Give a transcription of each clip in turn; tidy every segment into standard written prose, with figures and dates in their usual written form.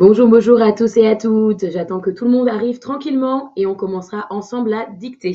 Bonjour, bonjour à tous et à toutes. J'attends que tout le monde arrive tranquillement et on commencera ensemble à dicter.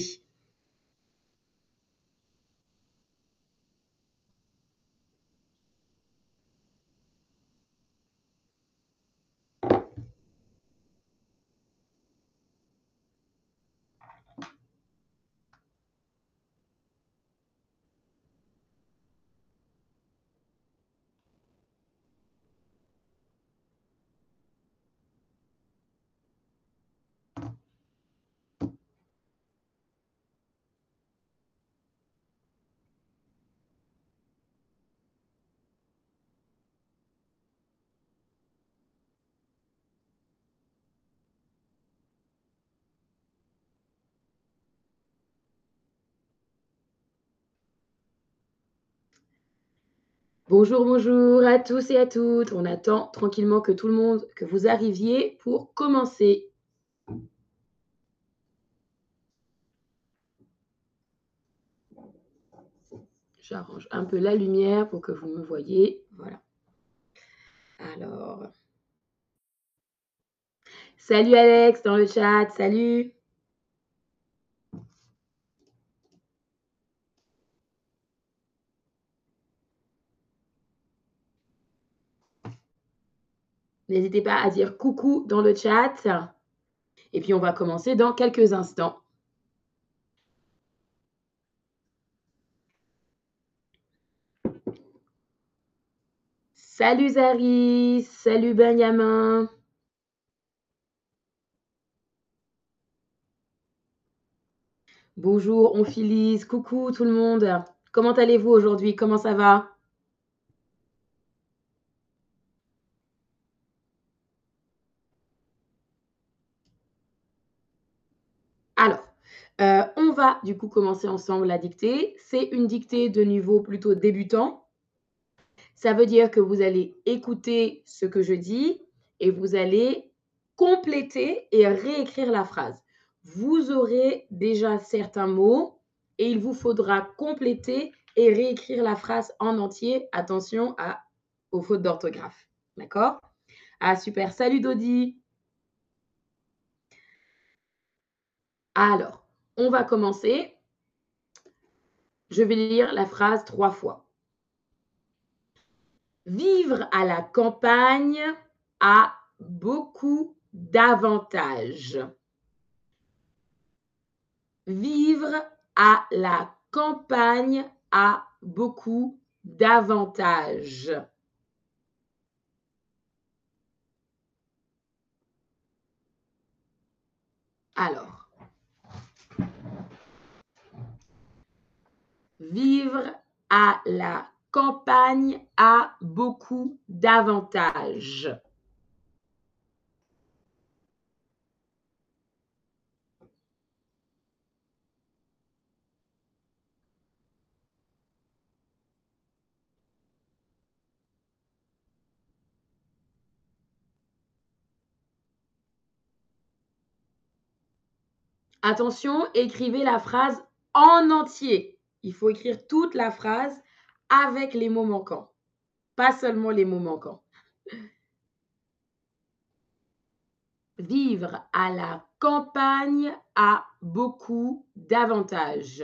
Bonjour, bonjour à tous et à toutes. On attend tranquillement que tout le monde, que vous arriviez pour commencer. J'arrange un peu la lumière pour que vous me voyez. Voilà. Alors, salut Alex dans le chat, salut. N'hésitez pas à dire coucou dans le chat. Et puis, on va commencer dans quelques instants. Salut Zari, salut Benjamin. Bonjour, on Phyllis, coucou tout le monde. Comment allez-vous aujourd'hui? Comment ça va? Alors, on va du coup commencer ensemble la dictée. C'est une dictée de niveau plutôt débutant. Ça veut dire que vous allez écouter ce que je dis et vous allez compléter et réécrire la phrase. Vous aurez déjà certains mots et il vous faudra compléter et réécrire la phrase en entier. Attention aux fautes d'orthographe. D'accord? Ah, super. Salut Dodi. Alors, on va commencer. Je vais lire la phrase 3 fois. Vivre à la campagne a beaucoup d'avantages. Vivre à la campagne a beaucoup d'avantages. Alors, vivre à la campagne a beaucoup d'avantages. Attention, écrivez la phrase en entier. Il faut écrire toute la phrase avec les mots manquants, pas seulement les mots manquants. Vivre à la campagne a beaucoup d'avantages.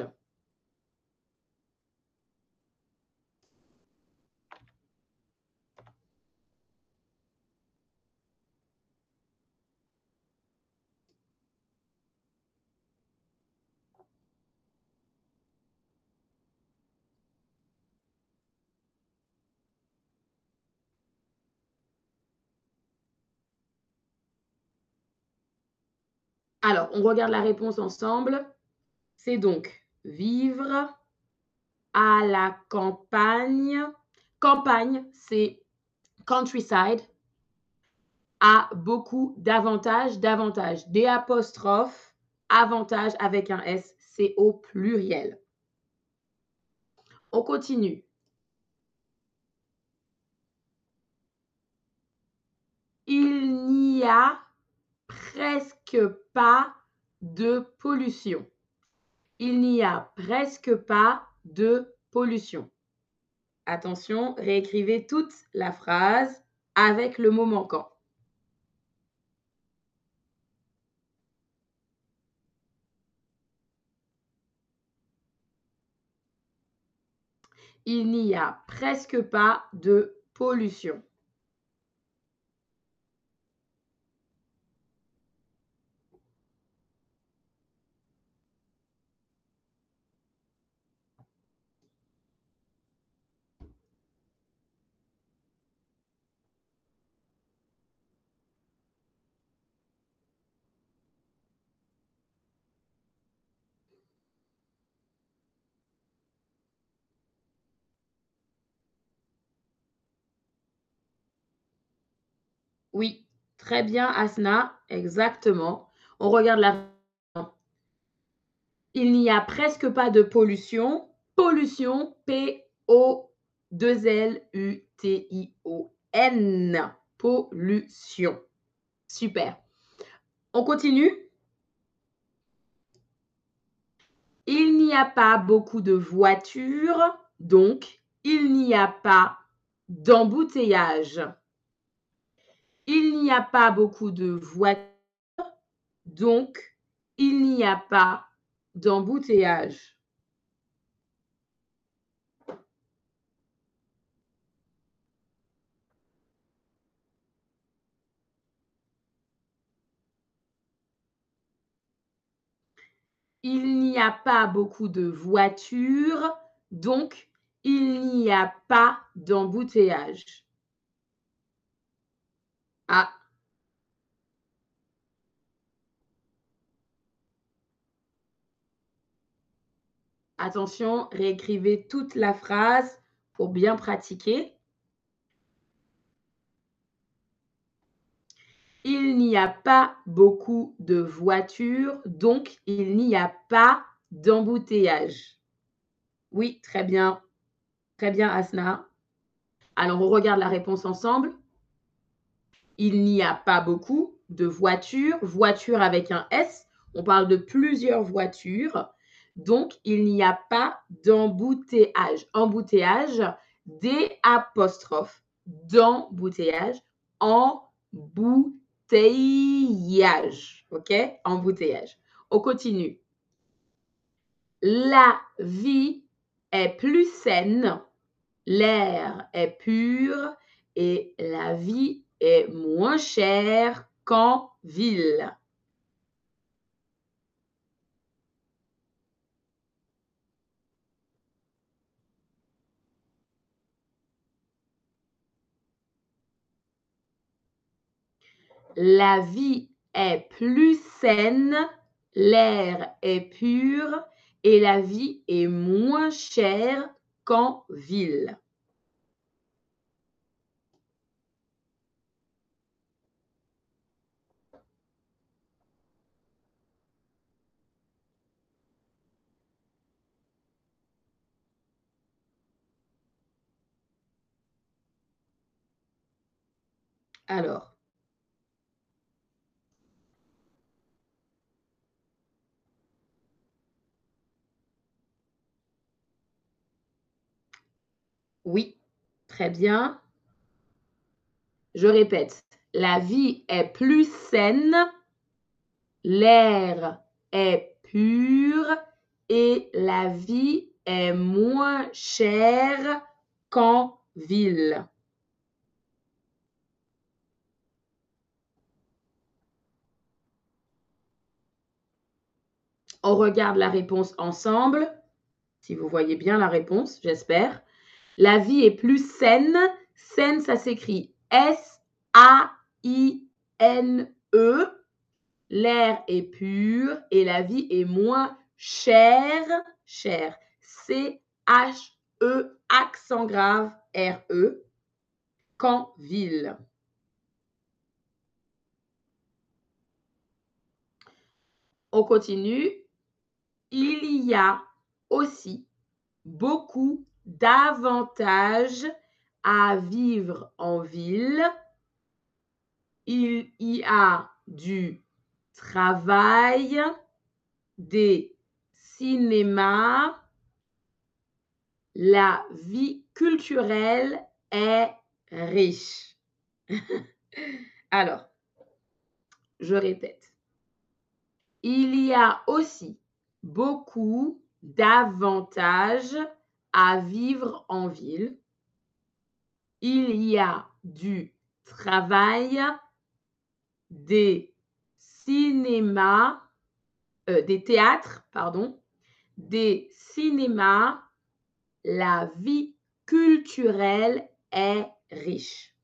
Alors, on regarde la réponse ensemble. C'est donc vivre à la campagne. Campagne, c'est countryside, a beaucoup d'avantages, d'avantages. Des apostrophes, avantages avec un S, c'est au pluriel. On continue. Il n'y a presque pas de pollution. Il n'y a presque pas de pollution. Attention, réécrivez toute la phrase avec le mot manquant. Il n'y a presque pas de pollution. Oui, très bien, Asna, exactement. On regarde la. Il n'y a presque pas de pollution. Pollution, P-O-2-L-U-T-I-O-N. Pollution. Super. On continue. Il n'y a pas beaucoup de voitures, donc il n'y a pas d'embouteillage. Il n'y a pas beaucoup de voitures, donc il n'y a pas d'embouteillage. Il n'y a pas beaucoup de voitures, donc il n'y a pas d'embouteillage. Ah, attention, réécrivez toute la phrase pour bien pratiquer. Il n'y a pas beaucoup de voitures, donc il n'y a pas d'embouteillage. Oui, très bien. Très bien, Asna. Alors, on regarde la réponse ensemble. Il n'y a pas beaucoup de voitures. Voiture avec un S. On parle de plusieurs voitures. Donc, il n'y a pas d'embouteillage. Embouteillage, D apostrophe, d'embouteillage, embouteillage. OK? Embouteillage. On continue. La vie est plus saine, l'air est pur et la vie est moins chère qu'en ville. La vie est plus saine, l'air est pur et la vie est moins chère qu'en ville. Alors, oui, très bien. Je répète, la vie est plus saine, l'air est pur et la vie est moins chère qu'en ville. On regarde la réponse ensemble, si vous voyez bien la réponse, j'espère. La vie est plus saine. Saine, ça s'écrit S-A-I-N-E. L'air est pur et la vie est moins chère, chère. C-H-E, accent grave, R-E, qu'en ville. On continue. Il y a aussi beaucoup d'avantages à vivre en ville. Il y a du travail, des cinémas. La vie culturelle est riche. Alors, je répète. Il y a aussi beaucoup d'avantages à vivre en ville. Il y a du travail, des cinémas, des théâtres, pardon, des cinémas. La vie culturelle est riche.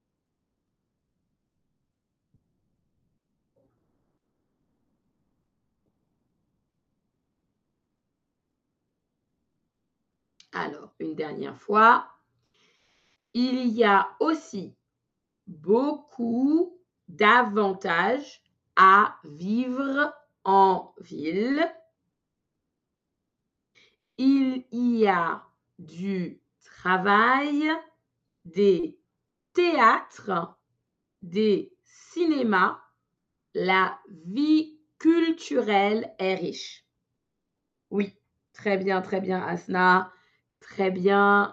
Alors, une dernière fois. Il y a aussi beaucoup d'avantages à vivre en ville. Il y a du travail, des théâtres, des cinémas. La vie culturelle est riche. Oui, très bien, Asna. Très bien,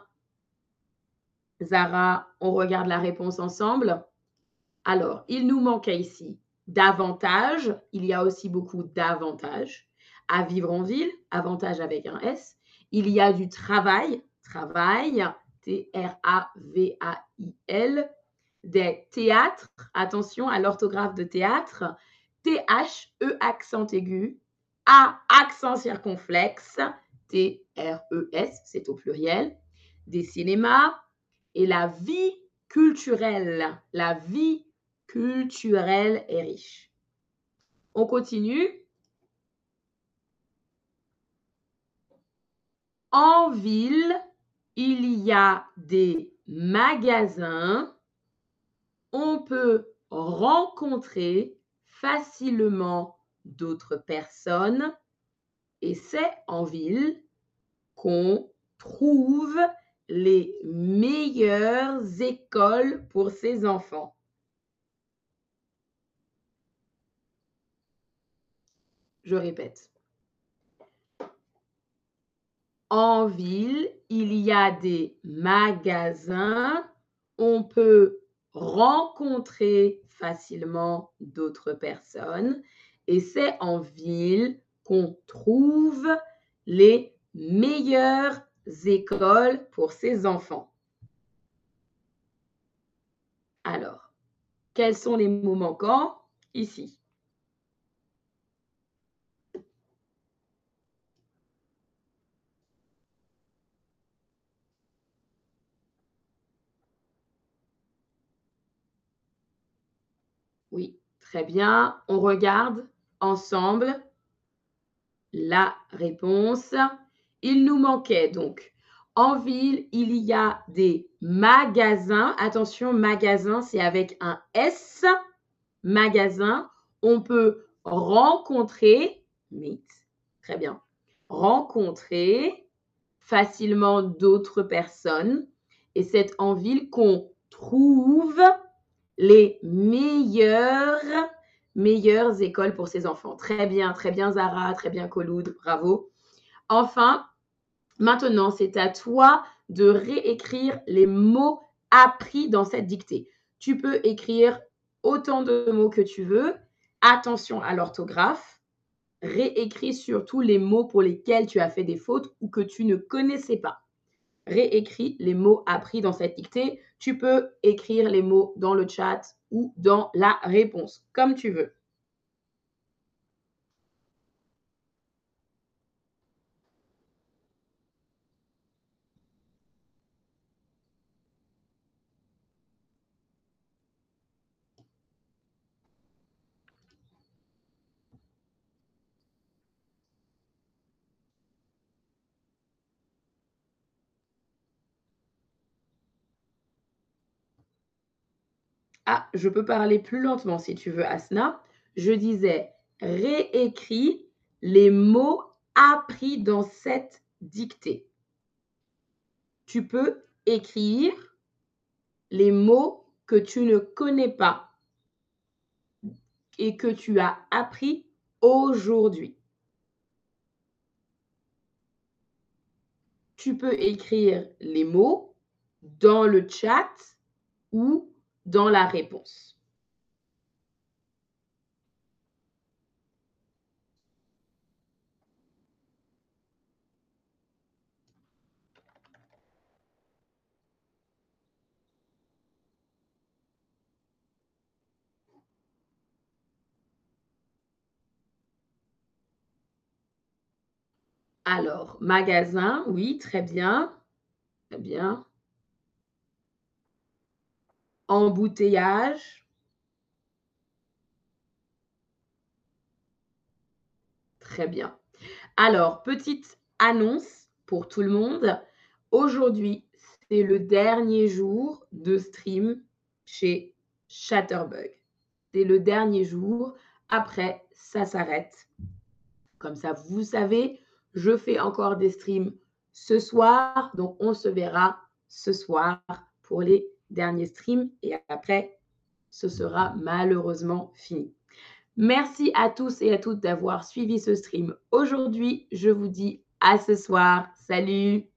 Zara. On regarde la réponse ensemble. Alors, il nous manquait ici davantage. Il y a aussi beaucoup d'avantages à vivre en ville, avantage avec un S. Il y a du travail, travail, T-R-A-V-A-I-L, des théâtres, attention à l'orthographe de théâtre, T-H-E accent aigu, A accent circonflexe, T-R-E-S, c'est au pluriel, des cinémas et la vie culturelle. La vie culturelle est riche. On continue. En ville, il y a des magasins. On peut rencontrer facilement d'autres personnes et c'est en ville qu'on trouve les meilleures écoles pour ses enfants. Je répète. En ville, il y a des magasins. On peut rencontrer facilement d'autres personnes. Et c'est en ville qu'on trouve les meilleures écoles pour ses enfants. Alors, quels sont les mots manquants ici? Oui, très bien. On regarde ensemble la réponse. Il nous manquait donc. En ville, il y a des magasins. Attention, magasin, c'est avec un S. Magasin. On peut rencontrer, meet, très bien, rencontrer facilement d'autres personnes. Et c'est en ville qu'on trouve les meilleures écoles pour ses enfants. Très bien Zara, très bien Kholoud, bravo. Enfin, maintenant, c'est à toi de réécrire les mots appris dans cette dictée. Tu peux écrire autant de mots que tu veux. Attention à l'orthographe. Réécris surtout les mots pour lesquels tu as fait des fautes ou que tu ne connaissais pas. Réécris les mots appris dans cette dictée. Tu peux écrire les mots dans le chat ou dans la réponse, comme tu veux. Ah, je peux parler plus lentement si tu veux, Asna. Je disais, réécris les mots appris dans cette dictée. Tu peux écrire les mots que tu ne connais pas et que tu as appris aujourd'hui. Tu peux écrire les mots dans le chat ou dans la réponse. Alors, magasin, oui, très bien, très bien. Embouteillage, très bien. Alors, petite annonce pour tout le monde. Aujourd'hui, c'est le dernier jour de stream chez Chatterbug. C'est le dernier jour. Après, ça s'arrête. Comme ça, vous savez, je fais encore des streams ce soir. Donc, on se verra ce soir pour les derniers streams. Et après, ce sera malheureusement fini. Merci à tous et à toutes d'avoir suivi ce stream aujourd'hui. Je vous dis à ce soir. Salut!